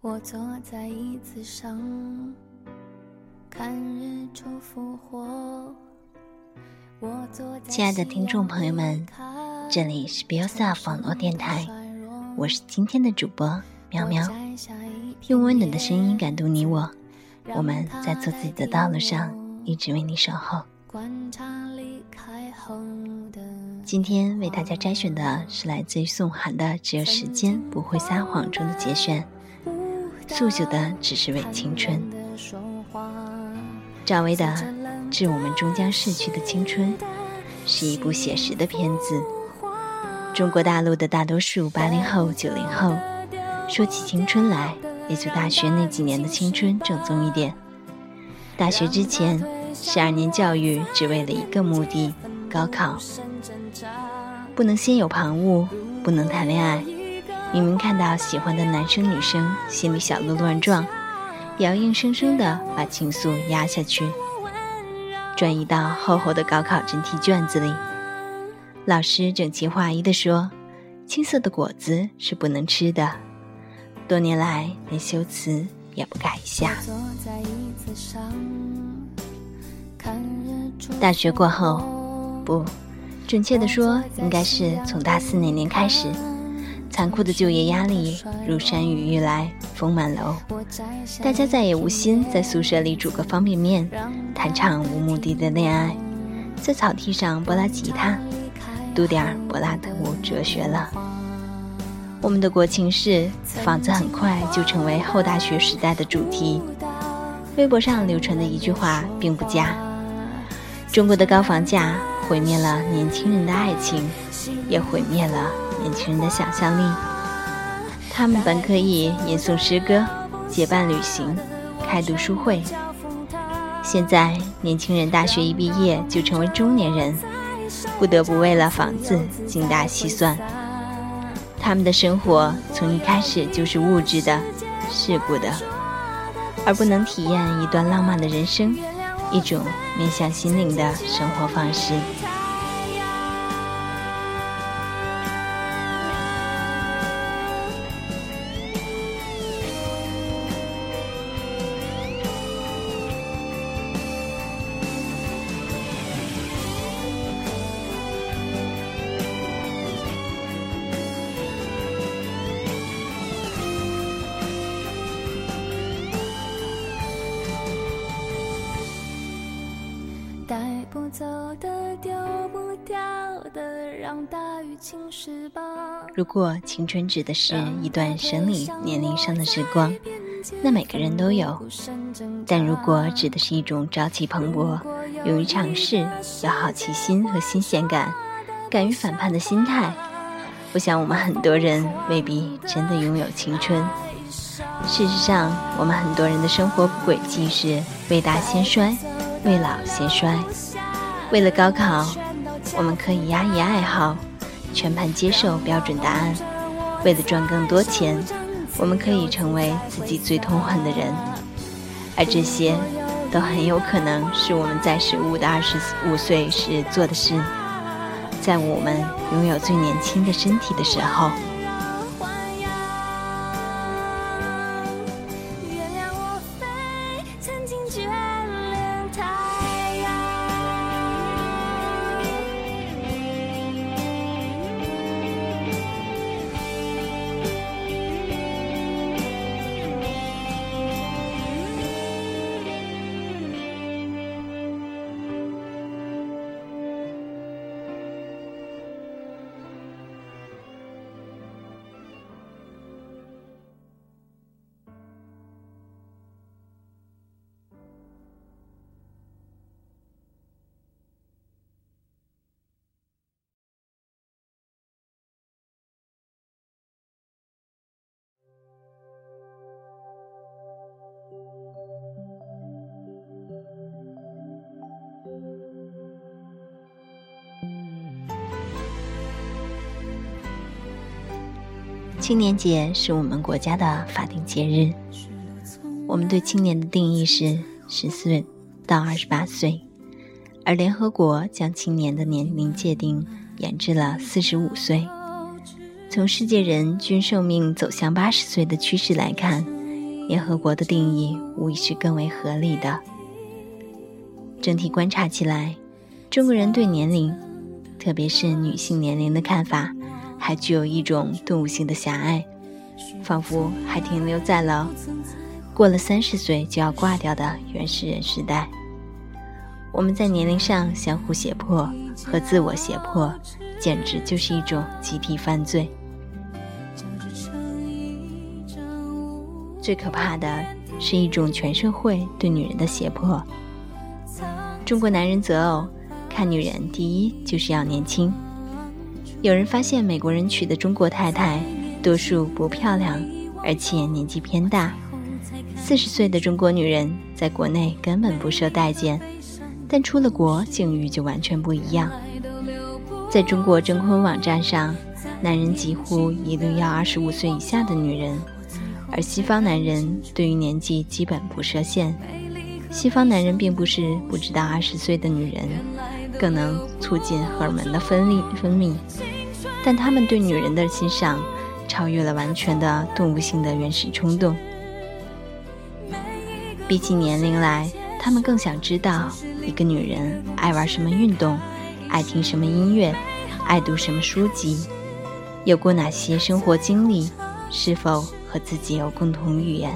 我坐在椅子上看日出复活。 亲爱的听众朋友们，这里是 BeYourself 网络电台，我是今天的主播苗苗，用温暖的声音感动你我，我们在做自己的道路上一直为你守候。今天为大家摘选的是来自于宋涵的《只有时间不会撒谎》中的节选，速朽的只是伪青春。赵薇的《致我们终将逝去的青春》是一部写实的片子。中国大陆的大多数80后、90后说起青春来，也就大学那几年的青春正宗一点。大学之前12年教育只为了一个目的，高考。不能心有旁骛，不能谈恋爱，明明看到喜欢的男生女生，心里小鹿乱撞，也要硬生生地把情愫压下去，转移到厚厚的高考真题卷子里。老师整齐划一地说，青涩的果子是不能吃的，多年来连修辞也不改一下。大学过后，不，准确地说应该是从大4那年开始，残酷的就业压力如山雨欲来风满楼，大家再也无心在宿舍里煮个方便面，谈场无目的的恋爱，在草地上拨拉吉他，读点柏拉图哲学了。我们的国情是房子很快就成为后大学时代的主题。微博上流传的一句话并不假，中国的高房价毁灭了年轻人的爱情，也毁灭了年轻人的想象力。他们本可以吟诵诗歌，结伴旅行，开读书会，现在年轻人大学一毕业就成为中年人，不得不为了房子精打细算。他们的生活从一开始就是物质的、世故的，而不能体验一段浪漫的人生，一种面向心灵的生活方式。 带不走的丢不掉的让大雨侵蚀吧。 如果青春指的是一段生理年龄上的时光，那每个人都有，但如果指的是一种朝气蓬勃、勇于尝试、有好奇心和新鲜感、敢于反叛的心态，我想我们很多人未必真的拥有青春。事实上，我们很多人的生活轨迹是未大先衰，未老先衰。为了高考，我们可以压抑爱好，全盘接受标准答案。为了赚更多钱，我们可以成为自己最痛恨的人。而这些都很有可能是我们在15到25岁时做的事，在我们拥有最年轻的身体的时候。青年节是我们国家的法定节日，我们对青年的定义是14到28岁，而联合国将青年的年龄界定延至了45岁。从世界人均寿命走向80岁的趋势来看， 联合国的定义无疑是更为合理的。整体观察起来，中国人对年龄，特别是女性年龄的看法，还具有一种动物性的狭隘，仿佛还停留在了过了30岁就要挂掉的原始人时代。我们在年龄上相互胁迫和自我胁迫，简直就是一种集体犯罪。最可怕的是一种全社会对女人的胁迫。中国男人择偶，看女人第一就是要年轻。有人发现美国人娶的中国太太多数不漂亮，而且年纪偏大。40岁的中国女人在国内根本不受待见，但出了国境遇就完全不一样。在中国征婚网站上，男人几乎一律要25岁以下的女人，而西方男人对于年纪基本不设限。西方男人并不是不知道20岁的女人更能促进荷尔蒙的分泌，但他们对女人的欣赏超越了完全的动物性的原始冲动。比起年龄来，他们更想知道一个女人爱玩什么运动，爱听什么音乐，爱读什么书籍，有过哪些生活经历，是否和自己有共同语言。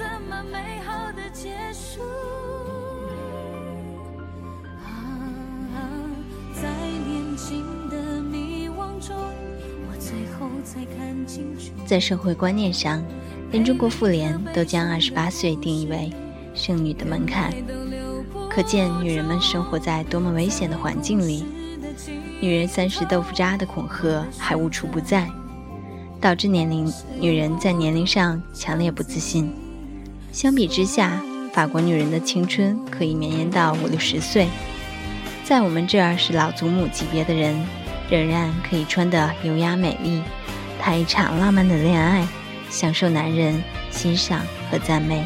在社会观念上，连中国妇联都将28岁定义为剩女的门槛，可见女人们生活在多么危险的环境里。女人30豆腐渣的恐吓还无处不在，导致女人在年龄上强烈不自信。相比之下，法国女人的青春可以绵延到50-60岁，在我们这儿是老祖母级别的人，仍然可以穿得优雅美丽，谈一场浪漫的恋爱，享受男人欣赏和赞美。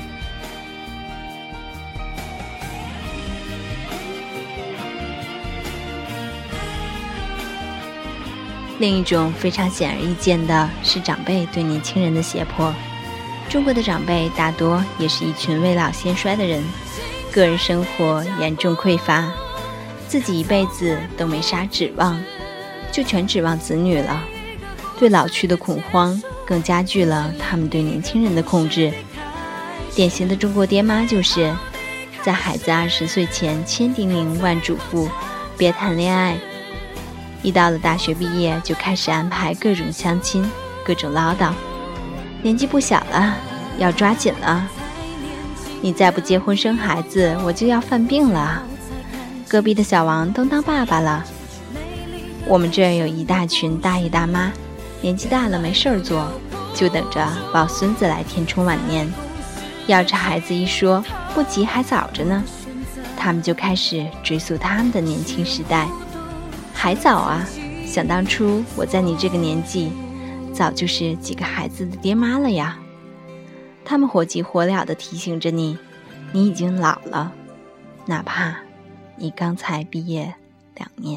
另一种非常显而易见的是长辈对年轻人的胁迫。中国的长辈大多也是一群未老先衰的人，个人生活严重匮乏，自己一辈子都没啥指望，就全指望子女了。对老去的恐慌更加剧了他们对年轻人的控制。典型的中国爹妈就是在孩子20岁前千叮咛万嘱咐别谈恋爱，一到了大学毕业就开始安排各种相亲，各种唠叨，年纪不小了，要抓紧了，你再不结婚生孩子我就要犯病了，隔壁的小王都当爸爸了。我们这儿有一大群大爷大妈，年纪大了没事儿做，就等着抱孙子来填充晚年。要这孩子一说不急还早着呢，他们就开始追溯他们的年轻时代。还早啊，想当初我在你这个年纪早就是几个孩子的爹妈了呀。他们火急火燎地提醒着你，你已经老了，哪怕你刚才毕业2年。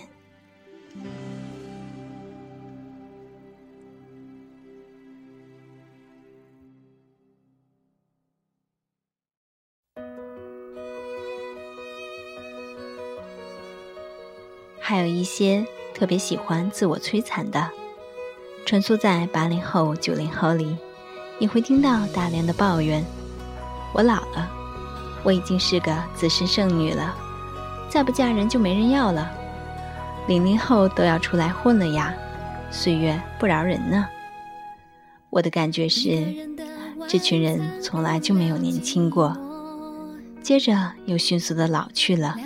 还有一些特别喜欢自我摧残的，穿梭在80后、90后里，你会听到大量的抱怨：我老了，我已经是个资深剩女了，再不嫁人就没人要了，00后都要出来混了呀，岁月不饶人呢。我的感觉是，这群人从来就没有年轻过，接着又迅速的老去了。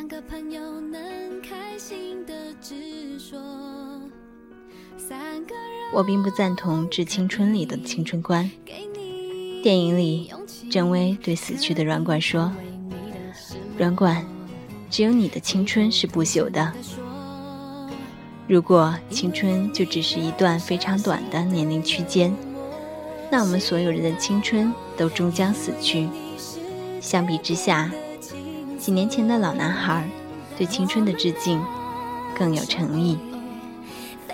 我并不赞同《致青春》里的青春观。电影里，郑薇对死去的软管说：“软管，只有你的青春是不朽的。如果青春就只是一段非常短的年龄区间，那我们所有人的青春都终将死去。相比之下，几年前的老男孩对青春的致敬更有诚意。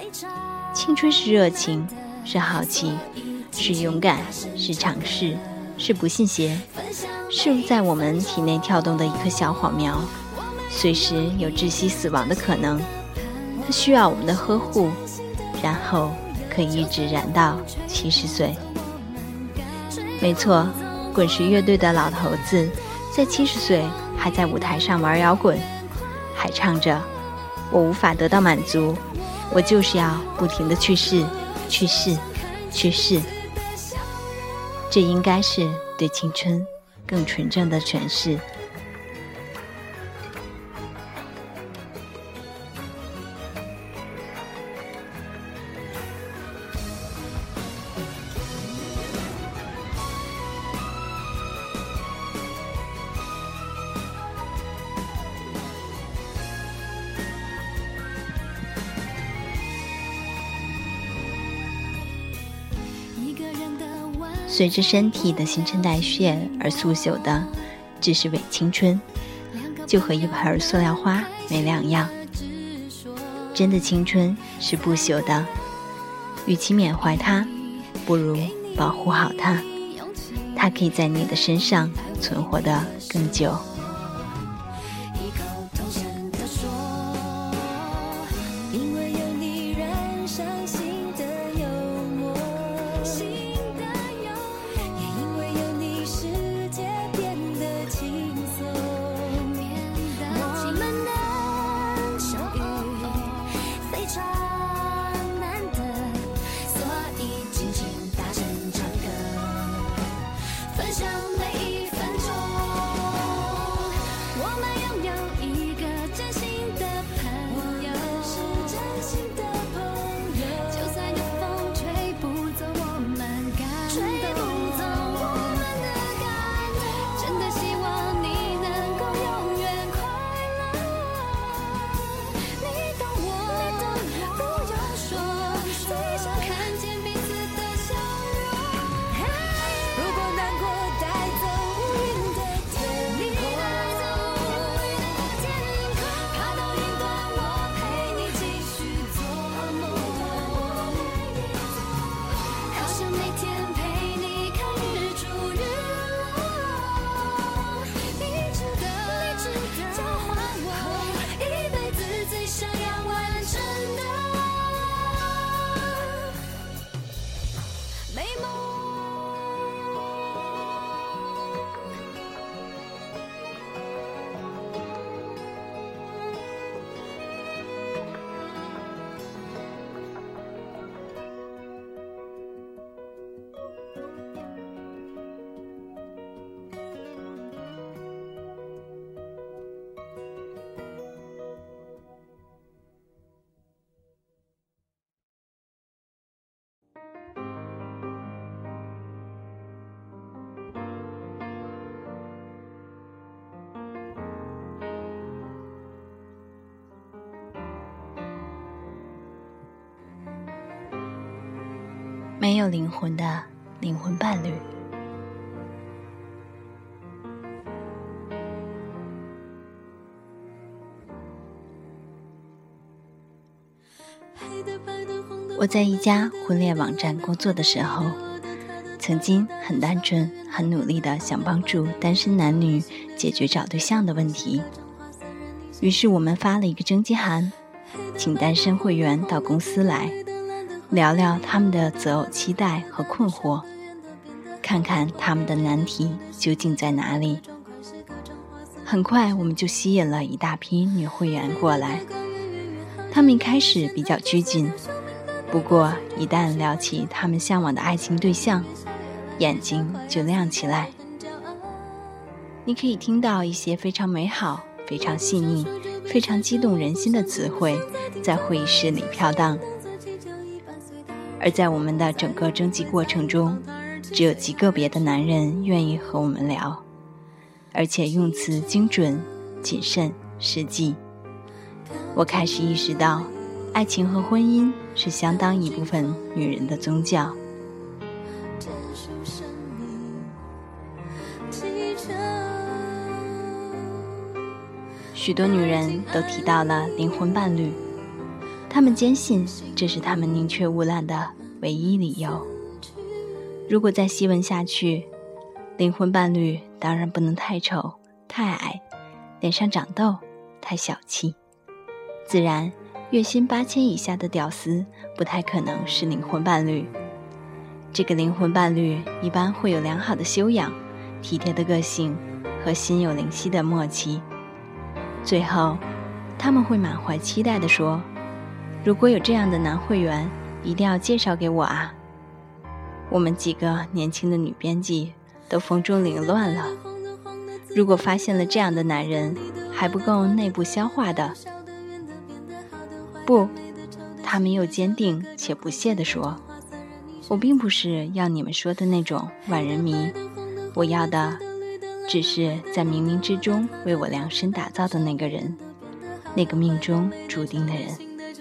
青春是热情，是好奇，是勇敢，是尝试， 是不信邪，是在我们体内跳动的一颗小火苗，随时有窒息死亡的可能。它需要我们的呵护，然后可以一直燃到70岁。没错，滚石乐队的老头子在70岁还在舞台上玩摇滚，还唱着我无法得到满足，我就是要不停地去试，去试，去试。这应该是对青春更纯正的诠释。随着身体的新陈代谢而速朽的只是伪青春，就和一盆塑料花没两样。真的青春是不朽的，与其缅怀它，不如保护好它，它可以在你的身上存活得更久。没有灵魂的灵魂伴侣。我在一家婚恋网站工作的时候，曾经很单纯很努力地想帮助单身男女解决找对象的问题。于是我们发了一个征集函，请单身会员到公司来聊聊他们的择偶期待和困惑，看看他们的难题究竟在哪里。很快我们就吸引了一大批女会员过来，他们一开始比较拘谨，不过一旦聊起他们向往的爱情对象，眼睛就亮起来。你可以听到一些非常美好、非常细腻、非常激动人心的词汇在会议室里飘荡。而在我们的整个征集过程中，只有极个别的男人愿意和我们聊，而且用词精准、谨慎、实际。我开始意识到，爱情和婚姻是相当一部分女人的宗教。许多女人都提到了灵魂伴侣，她们坚信这是她们宁缺毋滥的唯一理由。如果再细问下去， 灵魂伴侣当然不能太丑、太矮，脸上长痘、太小气。自然，月薪8000以下的屌丝不太可能是灵魂伴侣。这个灵魂伴侣一般会有良好的修养、体贴的个性和心有灵犀的默契。最后，他们会满怀期待地说：如果有这样的男会员，一定要介绍给我啊！我们几个年轻的女编辑都风中凌乱了。如果发现了这样的男人还不够内部消化的，不，他们又坚定且不屑地说，我并不是要你们说的那种万人迷，我要的只是在冥冥之中为我量身打造的那个人，那个命中注定的人。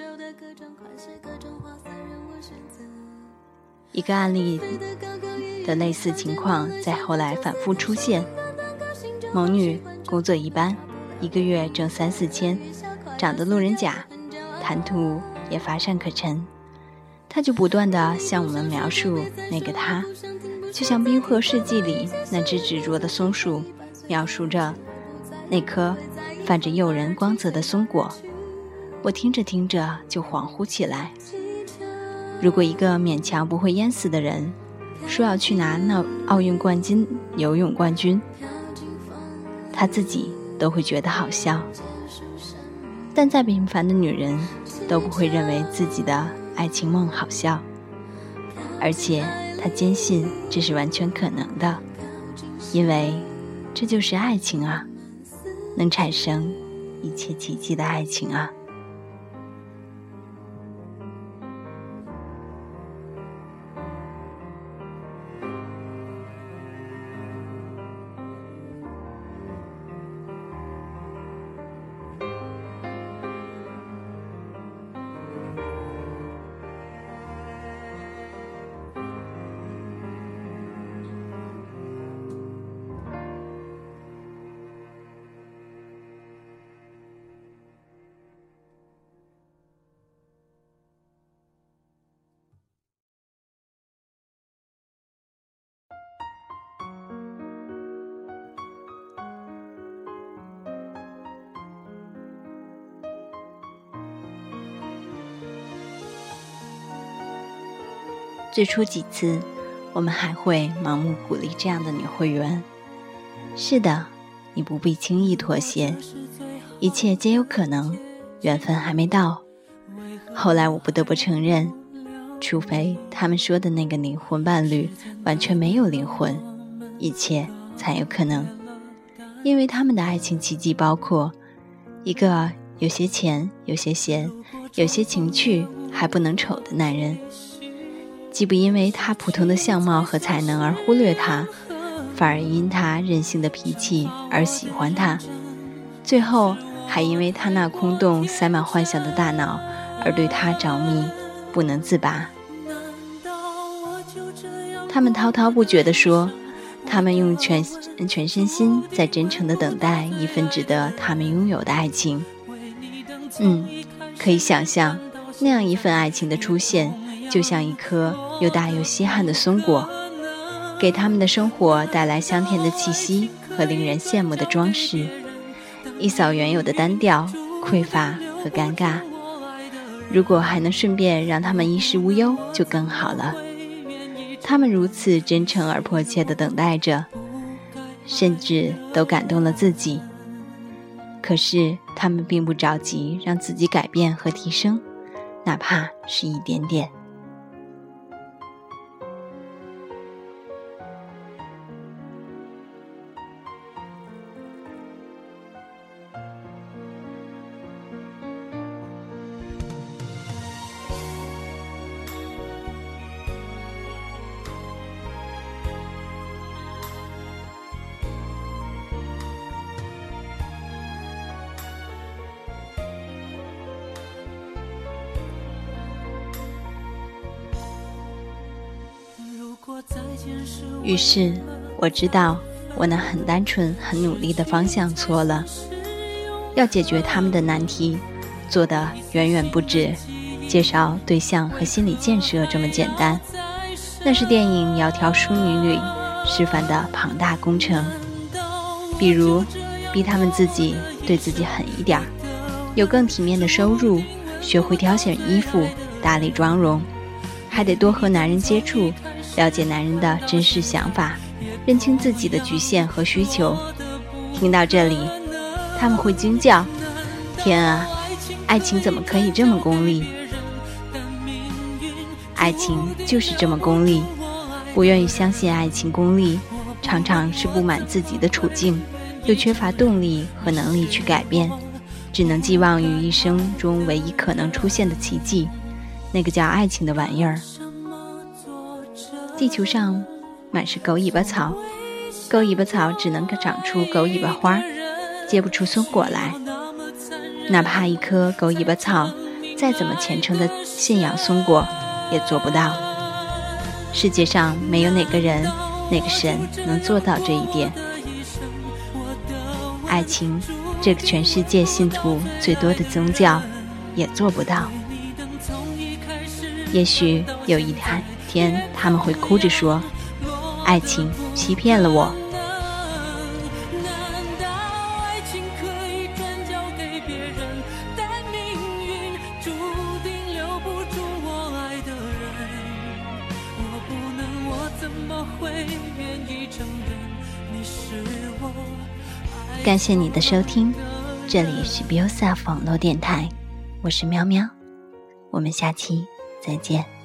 一个案例的类似情况在后来反复出现。某女工作一般，1个月挣3、4千，长得路人甲，谈吐也乏善可陈。她就不断地向我们描述那个她，就像《冰河世纪》里那只执着的松树描述着那颗泛着诱人光泽的松果。我听着听着就恍惚起来。如果一个勉强不会淹死的人说要去拿那奥运冠军、游泳冠军，他自己都会觉得好笑。但再平凡的女人都不会认为自己的爱情梦好笑，而且她坚信这是完全可能的，因为这就是爱情啊，能产生一切奇迹的爱情啊。最初几次，我们还会盲目鼓励这样的女会员。是的，你不必轻易妥协，一切皆有可能，缘分还没到。后来我不得不承认，除非他们说的那个灵魂伴侣完全没有灵魂，一切才有可能。因为他们的爱情奇迹包括一个有些钱、有些闲、有些情趣还不能丑的男人，既不因为他普通的相貌和才能而忽略他，反而因他任性的脾气而喜欢他，最后还因为他那空洞塞满幻想的大脑而对他着迷不能自拔。他们滔滔不绝地说，他们用全身心在真诚地等待一份值得他们拥有的爱情。可以想象，那样一份爱情的出现就像一颗又大又稀罕的松果，给他们的生活带来香甜的气息和令人羡慕的装饰，一扫原有的单调、匮乏和尴尬。如果还能顺便让他们衣食无忧就更好了。他们如此真诚而迫切地等待着，甚至都感动了自己。可是他们并不着急让自己改变和提升，哪怕是一点点。于是我知道我那很单纯很努力的方向错了，要解决他们的难题做的远远不止介绍对象和心理建设这么简单。那是电影《窈窕淑女》里示范的庞大工程。比如逼他们自己对自己狠一点，有更体面的收入，学会挑选衣服，打理妆容，还得多和男人接触，了解男人的真实想法，认清自己的局限和需求。听到这里，他们会惊叫：天啊，爱情怎么可以这么功利？爱情就是这么功利，不愿意相信爱情功利，常常是不满自己的处境，又缺乏动力和能力去改变，只能寄望于一生中唯一可能出现的奇迹，那个叫爱情的玩意儿。地球上满是狗尾巴草，狗尾巴草只能长出狗尾巴花，结不出松果来。哪怕一棵狗尾巴草再怎么虔诚的信仰松果，也做不到。世界上没有哪个人哪个神能做到这一点。爱情这个全世界信徒最多的宗教也做不到。也许有一天他们会哭着说，爱情欺骗了我。感谢你的收听，这里是 Be Yourself 网络电台，我是喵喵，我们下期再见。